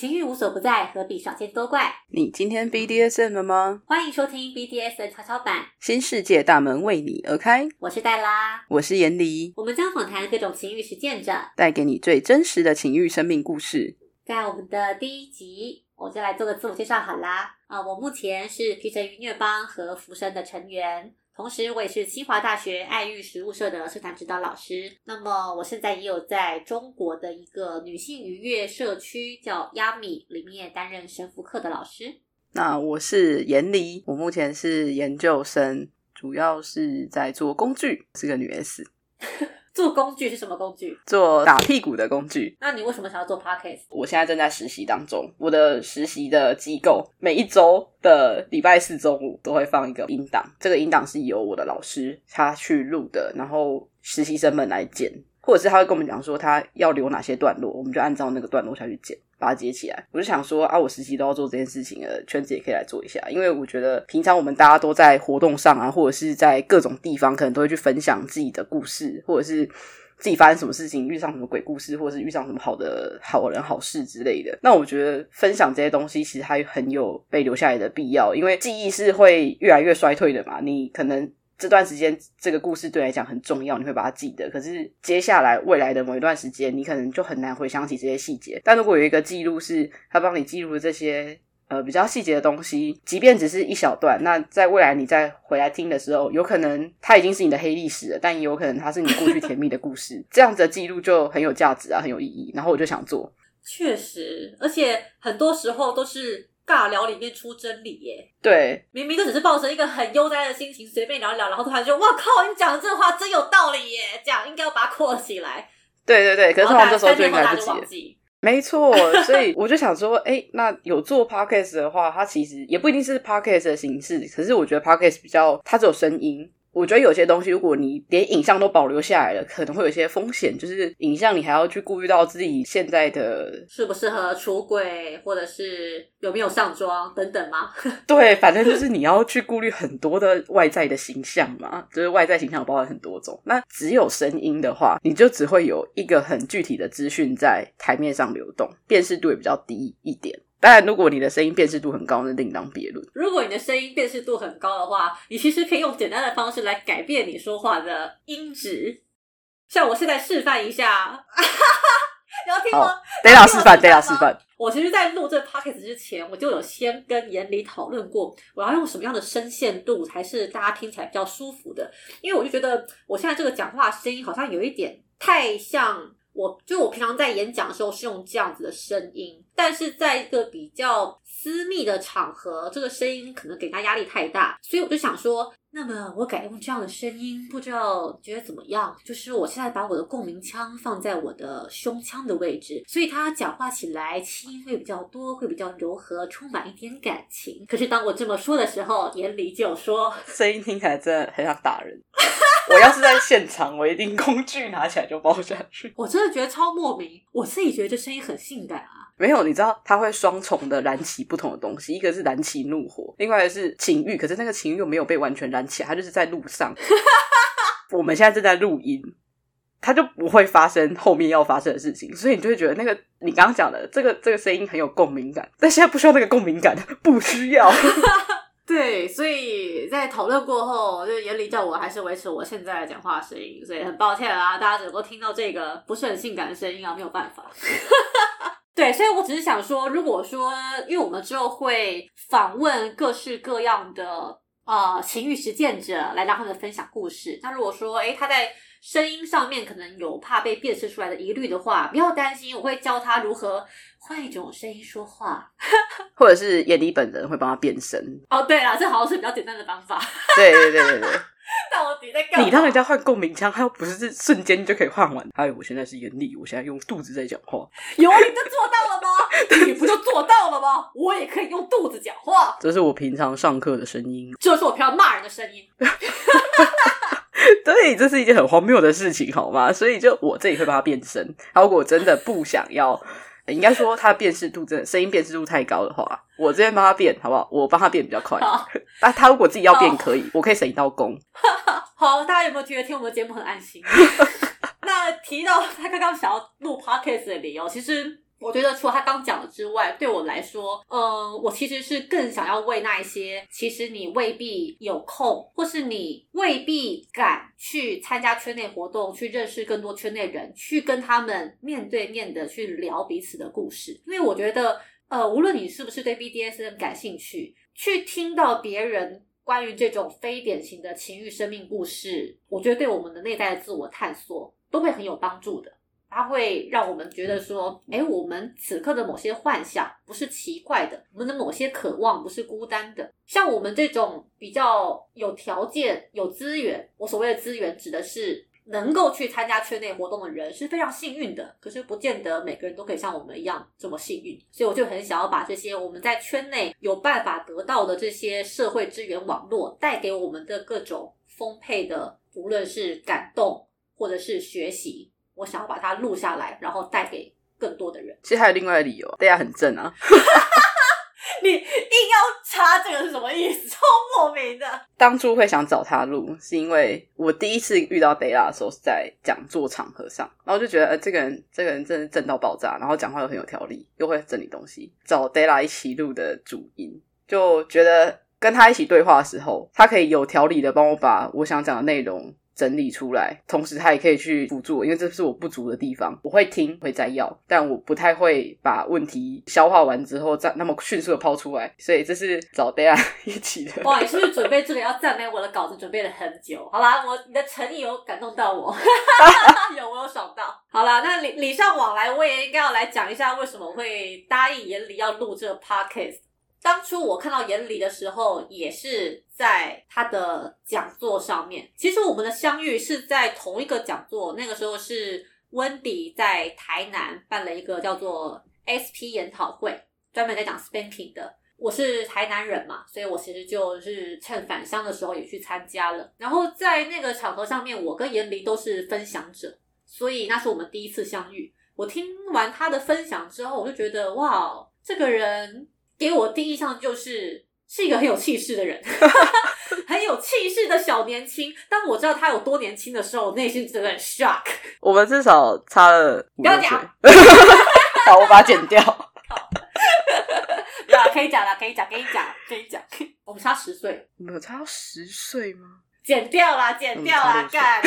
情欲无所不在，何必少见多怪？ 你今天 BDSM 了吗？ 欢迎收听 BDSM 跷跷板， 新世界大门为你而开。 我是黛拉， 我是妍梨， 我们将访谈各种情欲实践者， 带给你最真实的情欲生命故事。 在我们的第一集，我就来做个自我介绍好啦。我目前是皮神愉虐帮和浮生的成员，同时我也是清华大学爱育实务社的社团指导老师。那么我现在也有在中国的一个女性愉悦社区叫亚米里面担任神父课的老师。 那我是妍梨，我目前是研究生，主要是在做工具，是个女 S。 做工具是什么工具？ 做打屁股的工具。 那你为什么想要做 podcast？ 我现在正在实习当中，我的实习的机构每一周的礼拜四中午都会放一个音档，这个音档是由我的老师他去录的，然后实习生们来剪，或者是他会跟我们讲说他要留哪些段落，我们就按照那个段落下去剪，把它接起来。我就想说我实习都要做这件事情了，圈子也可以来做一下，因为我觉得平常我们大家都在活动上啊，或者是在各种地方可能都会去分享自己的故事，或者是自己发生什么事情，遇上什么鬼故事，或者是遇上什么好人好事之类的。那我觉得分享这些东西其实还很有被留下来的必要，因为记忆是会越来越衰退的嘛，你可能这段时间这个故事对你来讲很重要，你会把它记得，可是接下来未来的某一段时间你可能就很难回想起这些细节。但如果有一个记录是它帮你记录这些比较细节的东西，即便只是一小段，那在未来你再回来听的时候，有可能它已经是你的黑历史了，但也有可能它是你过去甜蜜的故事这样子的记录就很有价值啊，很有意义，然后我就想做。 确实，而且很多时候都是尬聊里面出真理耶。 对， 明明就只是抱着一个很悠哉的心情随便聊一聊，然后突然就哇靠，你讲的这话真有道理耶，这样应该要把它扩起来。 对对对，可是通常这时候就应该来不及了。没错，所以我就想说那有做 podcast 的话，它其实也不一定是 podcast 的形式，可是我觉得 podcast 比较它只有声音。我觉得有些东西如果你连影像都保留下来了，可能会有一些风险，就是影像你还要去顾虑到自己现在的适不适合出柜，或者是有没有上妆等等吗？ 对，反正就是你要去顾虑很多的外在的形象嘛，就是外在形象有包含很多种。那只有声音的话，你就只会有一个很具体的资讯在台面上流动，辨识度也比较低一点。当然如果你的声音辨识度很高，那另当别论。如果你的声音辨识度很高的话，你其实可以用简单的方式来改变你说话的音质。像我现在示范一下你要听吗？ 得要示范。 我其实在录这个 podcast 之前，我就有先跟妍梨讨论过我要用什么样的声线度才是大家听起来比较舒服的，因为我就觉得我现在这个讲话声音好像有一点太像我平常在演讲的时候是用这样子的声音，但是在一个比较私密的场合，这个声音可能给他压力太大，所以我就想说，那么我改用这样的声音，不知道觉得怎么样？就是我现在把我的共鸣腔放在我的胸腔的位置，所以他讲话起来气音会比较多，会比较柔和，充满一点感情。可是当我这么说的时候，妍梨就说声音听起来真的很想打人。我要是在现场，我一定工具拿起来就包下去。 我真的觉得超莫名，我自己觉得这声音很性感啊。 没有，你知道它会双重的燃起不同的东西，一个是燃起怒火，另外是情欲，可是那个情欲又没有被完全燃起来，它就是在路上。我们现在正在录音，它就不会发生后面要发生的事情，所以你就会觉得那个你刚刚讲的这个声音很有共鸣感，但现在不需要那个共鸣感，不需要。 对，所以在讨论过后，就妍梨叫我还是维持我现在的讲话声音，所以很抱歉啦，大家只能够听到这个不是很性感的声音啊，没有办法。对，所以我只是想说，如果说因为我们之后会访问各式各样的情欲实践者来让他们分享故事，那如果说他在声音上面可能有怕被辨识出来的疑虑的话，不要担心，我会教他如何换一种声音说话。 或者是妍梨本人会帮他变声。 对啦，这好像是比较简单的方法。 对。 但我自己在干嘛？ 你让人家换共鸣腔，他又不是瞬间就可以换完。我现在是妍梨，我现在用肚子在讲话。 有，你就做到了吗？你不就做到了吗？我也可以用肚子讲话。 这是我平常上课的声音， 这是我平常骂人的声音。 对，这是一件很荒谬的事情好吗？所以就我这里会帮他变声，如果我真的不想要应该说他的辨识度真的声音辨识度太高的话，我这边帮他变好不好？我帮他变比较快。但他如果自己要变可以，我可以省一道工。 好，大家有没有觉得听我们的节目很安心？那提到他刚刚想要录 podcast 的理由，其实我觉得除了他刚讲的之外，对我来说，我其实是更想要为那一些其实你未必有空，或是你未必敢去参加圈内活动，去认识更多圈内人，去跟他们面对面的去聊彼此的故事。因为我觉得无论你是不是对 BDSM 感兴趣，去听到别人关于这种非典型的情欲生命故事，我觉得对我们的内在的自我探索都会很有帮助的。它会让我们觉得说，我们此刻的某些幻想不是奇怪的，我们的某些渴望不是孤单的。像我们这种比较有条件、有资源，我所谓的资源指的是能够去参加圈内活动的人是非常幸运的，可是不见得每个人都可以像我们一样这么幸运。所以我就很想要把这些我们在圈内有办法得到的这些社会资源网络带给我们的各种丰沛的，无论是感动或者是学习，我想要把它录下来，然后带给更多的人。 其实还有另外的理由，大家很正啊。 你硬要插这个是什么意思？超莫名的。 当初会想找他录，是因为我第一次遇到 Dela 的时候是在讲座场合上，然后就觉得这个人真的是正到爆炸，然后讲话又很有条理，又会整理东西。找 Dela 一起录的主音，就觉得跟他一起对话的时候，他可以有条理的帮我把我想讲的内容整理出来，同时他也可以去辅助我，因为这是我不足的地方。我会听会摘要，但我不太会把问题消化完之后再那么迅速的抛出来，所以这是找 Dela 一起的。 哇，你是不是准备这个要赞美我的稿子准备了很久？好啦，你的诚意有感动到我。我有爽到。好啦，那礼尚往来，我也应该要来讲一下为什么会答应严离要录这个 podcast。当初我看到严离的时候，也是在他的讲座上面。其实我们的相遇是在同一个讲座，那个时候是温迪在台南办了一个叫做 SP 研讨会，专门在讲 spanking 的。我是台南人嘛，所以我其实就是趁返乡的时候也去参加了。然后在那个场合上面，我跟严离都是分享者，所以那是我们第一次相遇。我听完他的分享之后，我就觉得哇，这个人给我第一印象就是一个很有气势的人。很有气势的小年轻。当我知道他有多年轻的时候，我内心真的很 shock。 我们至少差了5-6岁。 不要讲。 好，我把它剪掉。 可以讲啦，可以讲。我们差10岁。 我们有差到10岁吗？ 剪掉啦干。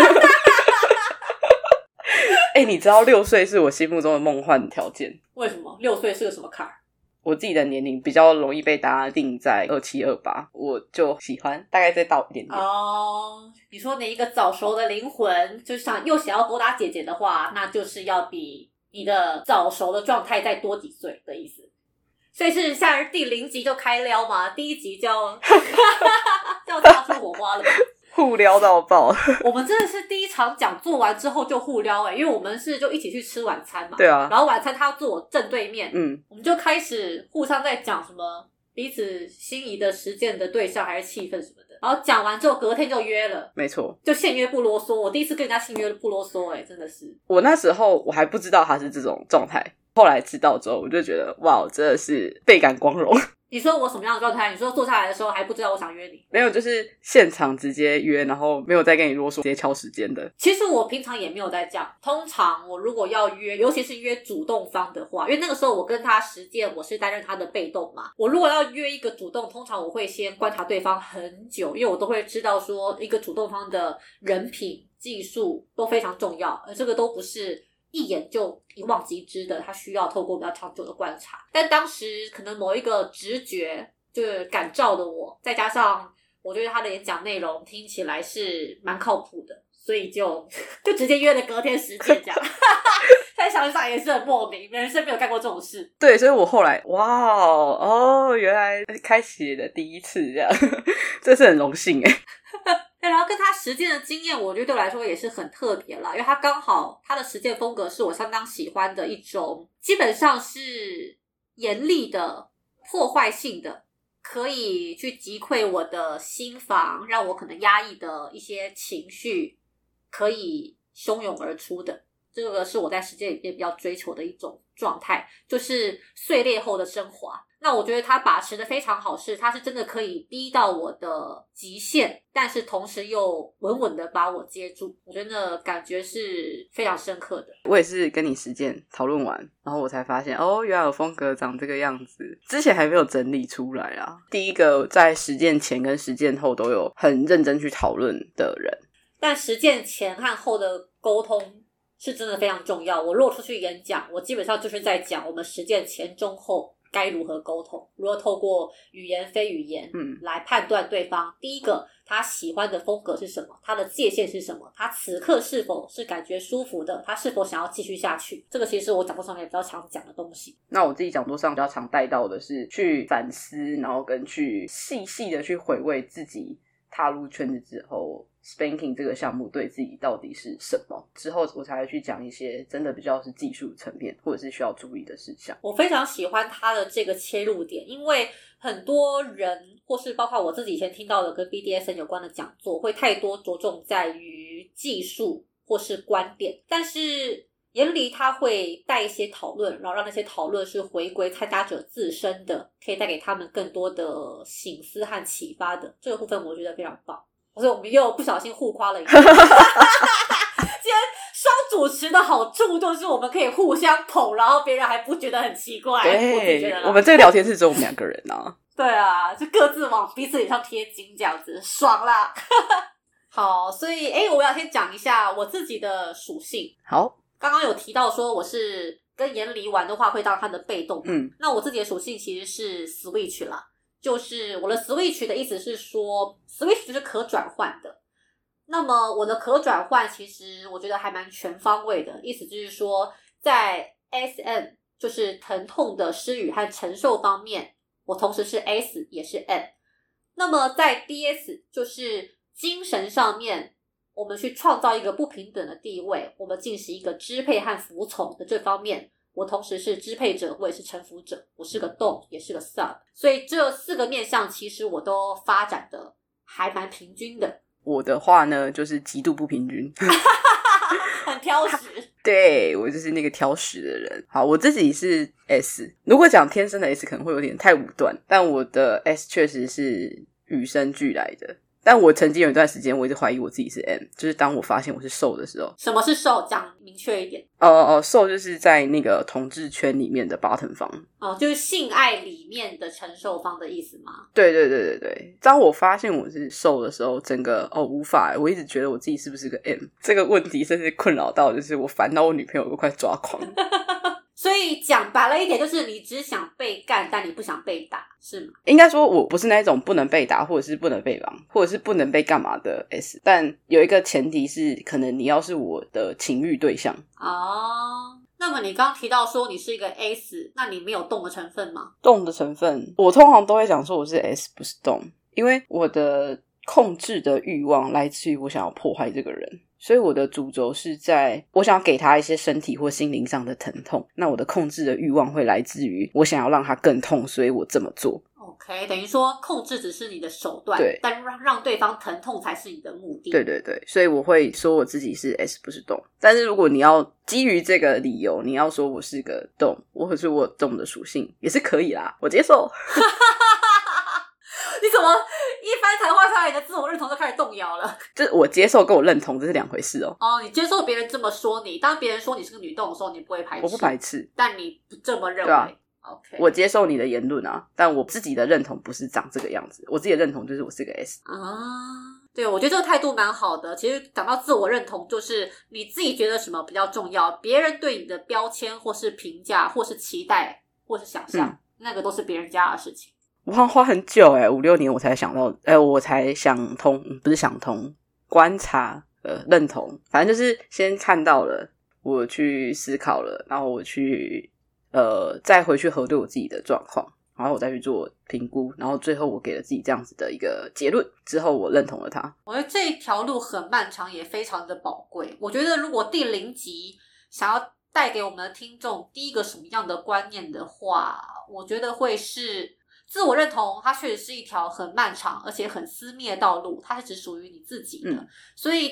你知道6岁是我心目中的梦幻条件。 为什么？6岁是个什么坎儿？ 我自己的年龄比较容易被大家定在27、28，我就喜欢大概再大一点点。 你说你一个早熟的灵魂，就又想要勾搭姐姐的话，那就是要比你的早熟的状态再多几岁的意思。所以是下第0集就开撩嘛，第1集就要擦出火花了吧？ 互撩到爆。 我们真的是第一场讲做完之后就互撩因为我们是就一起去吃晚餐嘛。 对啊。 然后晚餐他坐我正对面， 我们就开始互相在讲什么彼此心仪的实践的对象还是气氛什么的。然后讲完之后隔天就约了。 没错， 就现约不啰嗦。我第一次跟人家现约不啰嗦真的是。 我那时候我还不知道他是这种状态，后来知道之后我就觉得哇，真的是倍感光荣。 你说我什么样的状态？你说坐下来的时候还不知道我想约你？ 没有，就是现场直接约，然后没有再跟你啰嗦，直接敲时间的。 其实我平常也没有在这样。通常我如果要约，尤其是约主动方的话，因为那个时候我跟他实践，我是担任他的被动嘛。我如果要约一个主动，通常我会先观察对方很久，因为我都会知道说一个主动方的人品、技术都非常重要，而这个都不是一眼就一望即知的，他需要透过比较长久的观察。但当时可能某一个直觉就是感召的我，再加上我觉得他的演讲内容听起来是蛮靠谱的，所以就直接约了隔天实践这样。现在想想也是很莫名，人生没有干过这种事。 对，所以我后来原来开启了第一次这样。这是很荣幸对，然后跟他实践的经验，我觉得对我来说也是很特别啦，因为他刚好他的实践风格是我相当喜欢的一种，基本上是严厉的、破坏性的，可以去击溃我的心房，让我可能压抑的一些情绪可以汹涌而出的。这个是我在实践里面比较追求的一种状态，就是碎裂后的升华。那我觉得他把持的非常好，是他是真的可以逼到我的极限，但是同时又稳稳的把我接住，我觉得感觉是非常深刻的。 我也是跟你实践讨论完，然后我才发现原来我风格长这个样子，之前还没有整理出来啊。第一个在实践前跟实践后都有很认真去讨论的人， 但实践前和后的沟通是真的非常重要。我如果出去演讲，我基本上就是在讲我们实践前中后该如何沟通，如何透过语言非语言来判断对方，第一个他喜欢的风格是什么，他的界限是什么，他此刻是否是感觉舒服的，他是否想要继续下去。这个其实是我讲座上面比较常讲的东西。 那我自己讲座上比较常带到的是去反思，然后跟去细细的去回味自己踏入圈子之后Spanking 这个项目对自己到底是什么，之后我才会去讲一些真的比较是技术层面或者是需要注意的事项。 我非常喜欢他的这个切入点，因为很多人或是包括我自己以前听到的跟 BDSM 有关的讲座会太多着重在于技术或是观点，但是严离他会带一些讨论，然后让那些讨论是回归参加者自身的，可以带给他们更多的省思和启发的，这个部分我觉得非常棒。所以我们又不小心互夸了一下。今天双主持的好处就是我们可以互相捧，然后别人还不觉得很奇怪。 对，我们这个聊天室只有我们2个人啊。 对啊，就各自往彼此脸上贴金这样子，爽啦。好，所以我要先讲一下我自己的属性。 好， 刚刚有提到说我是跟严离玩的话会当他的被动，那我自己的属性其实是 switch 啦。就是我的 switch 的意思是说 switch 就是可转换的，那么我的可转换其实我觉得还蛮全方位的，意思就是说在 SM 就是疼痛的施予和承受方面，我同时是 S 也是 M。 那么在 DS 就是精神上面，我们去创造一个不平等的地位，我们进行一个支配和服从的这方面，我同时是支配者，我也是臣服者，我是个动也是个 sub， 所以这4个面向其实我都发展的还蛮平均的。 我的话呢就是极度不平均。 很挑食。 对，我就是那个挑食的人。好，我自己是 S， 如果讲天生的 S 可能会有点太武断，但我的 S 确实是与生俱来的。但我曾经有一段时间我一直怀疑我自己是 M， 就是当我发现我是受的时候。 什么是受？讲明确一点。 受就是在那个同志圈里面的 bottom 方。 就是性爱里面的承受方的意思吗？ 对对对对对。当我发现我是受的时候，整个无法，我一直觉得我自己是不是个 M 这个问题，甚至困扰到就是我烦到我女朋友都快抓狂。 所以讲白了一点，就是你只想被干，但你不想被打，是吗？ 应该说我不是那种不能被打或者是不能被绑或者是不能被干嘛的 S， 但有一个前提是可能你要是我的情欲对象。 那么你刚刚提到说你是一个 S， 那你没有动的成分吗？ 动的成分我通常都会讲说我是 S 不是动，因为我的控制的欲望来自于我想要破坏这个人，所以我的主轴是在我想要给他一些身体或心灵上的疼痛，那我的控制的欲望会来自于我想要让他更痛，所以我这么做。 OK， 等于说控制只是你的手段， 对， 但让对方疼痛才是你的目的。 对对对，所以我会说我自己是 S 不是动，但是如果你要基于这个理由你要说我是个动，或者是我有动的属性也是可以啦，我接受。 你怎么一番谈话下来，你的自我认同就开始动摇了？ 就是我接受跟我认同这是2回事哦。 你接受别人这么说你，当别人说你是个女动的时候，你不会排斥？ 我不排斥， 但你不这么认为。 对啊 ，OK， 我接受你的言论啊，但我自己的认同不是长这个样子，我自己的认同就是我是个 S 对，我觉得这个态度蛮好的。其实讲到自我认同，就是你自己觉得什么比较重要，别人对你的标签或是评价或是期待或是想象，那个都是别人家的事情。 我好像花很久5-6年我才想到我才想通，不是想通，观察认同，反正就是先看到了，我去思考了，然后我去再回去核对我自己的状况，然后我再去做评估，然后最后我给了自己这样子的一个结论，之后我认同了它。 我觉得这一条路很漫长，也非常的宝贵。我觉得如果第0集想要带给我们的听众第一个什么样的观念的话，我觉得会是自我认同，它确实是一条很漫长而且很私密的道路，它是只属于你自己的。所以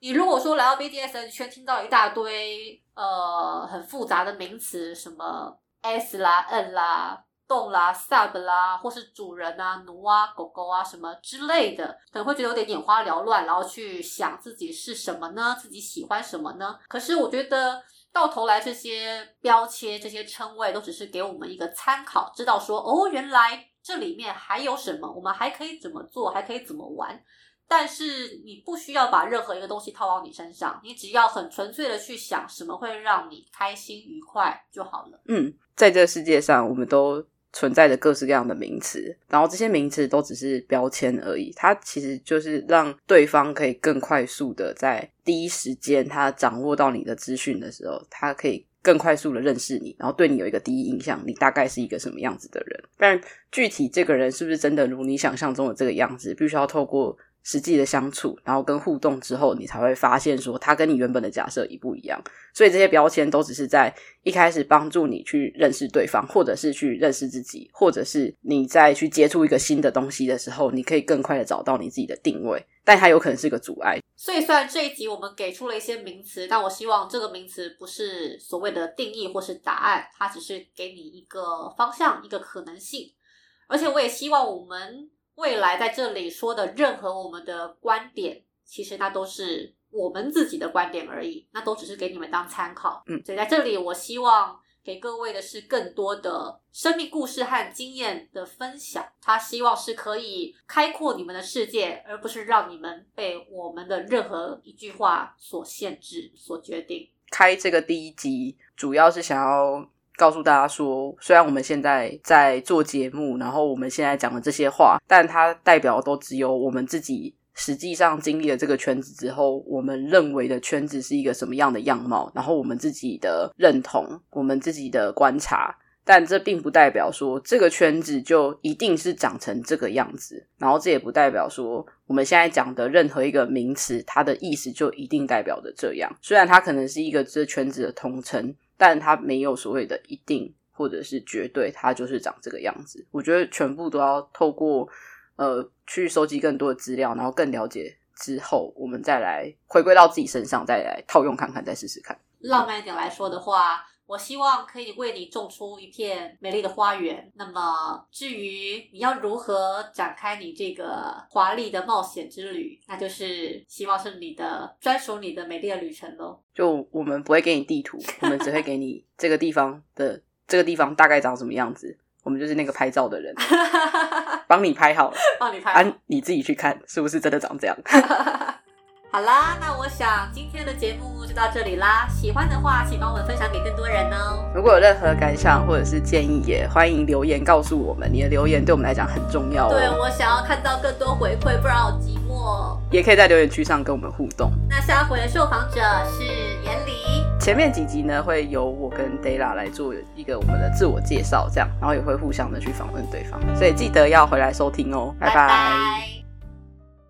你如果说来到 BDSM 圈听到一大堆很复杂的名词，什么 S 啦 N 啦动啦 sub 啦，或是主人啊奴啊狗狗啊什么之类的，可能会觉得有点眼花缭乱，然后去想自己是什么呢，自己喜欢什么呢。可是我觉得到头来这些标签这些称谓都只是给我们一个参考，知道说哦原来这里面还有什么，我们还可以怎么做，还可以怎么玩。但是你不需要把任何一个东西套到你身上，你只要很纯粹的去想什么会让你开心愉快就好了。 在这个世界上我们都存在着各式各样的名词，然后这些名词都只是标签而已，它其实就是让对方可以更快速的在第一时间他掌握到你的资讯的时候，他可以更快速的认识你，然后对你有一个第一印象，你大概是一个什么样子的人。但具体这个人是不是真的如你想象中的这个样子，必须要透过实际的相处，然后跟互动之后，你才会发现说他跟你原本的假设一不一样。所以这些标签都只是在一开始帮助你去认识对方，或者是去认识自己，或者是你在去接触一个新的东西的时候，你可以更快的找到你自己的定位，但它有可能是个阻碍。 所以虽然这一集我们给出了一些名词，但我希望这个名词不是所谓的定义或是答案，它只是给你一个方向，一个可能性。而且我也希望我们未来在这里说的任何我们的观点，其实那都是我们自己的观点而已，那都只是给你们当参考。所以在这里我希望给各位的是更多的生命故事和经验的分享，他希望是可以开阔你们的世界，而不是让你们被我们的任何一句话所限制所决定。 开这个第一集主要是想要告诉大家说，虽然我们现在在做节目，然后我们现在讲的这些话，但它代表都只有我们自己实际上经历了这个圈子之后，我们认为的圈子是一个什么样的样貌，然后我们自己的认同，我们自己的观察，但这并不代表说这个圈子就一定是长成这个样子，然后这也不代表说我们现在讲的任何一个名词它的意思就一定代表的这样。虽然它可能是一个这圈子的统称，但它没有所谓的一定或者是绝对它就是长这个样子。我觉得全部都要透过去收集更多的资料，然后更了解之后，我们再来回归到自己身上，再来套用看看，再试试看。 浪漫一点来说的话，我希望可以为你种出一片美丽的花园。那么至于你要如何展开你这个华丽的冒险之旅，那就是希望是你的专属你的美丽的旅程咯。 就我们不会给你地图，我们只会给你这个地方大概长什么样子，我们就是那个拍照的人帮你拍好了， 帮你拍好你自己去看是不是真的长这样好啦，那我想今天的节目就到这里啦。喜欢的话请帮我们分享给更多人哦。 如果有任何感想或者是建议，也欢迎留言告诉我们，你的留言对我们来讲很重要哦。 对，我想要看到更多回馈，不然我寂寞。 也可以在留言区上跟我们互动。 那下回的受访者是严里， 前面几集呢会由我跟 Dela 来做一个我们的自我介绍这样，然后也会互相的去访问对方，所以记得要回来收听哦。拜拜。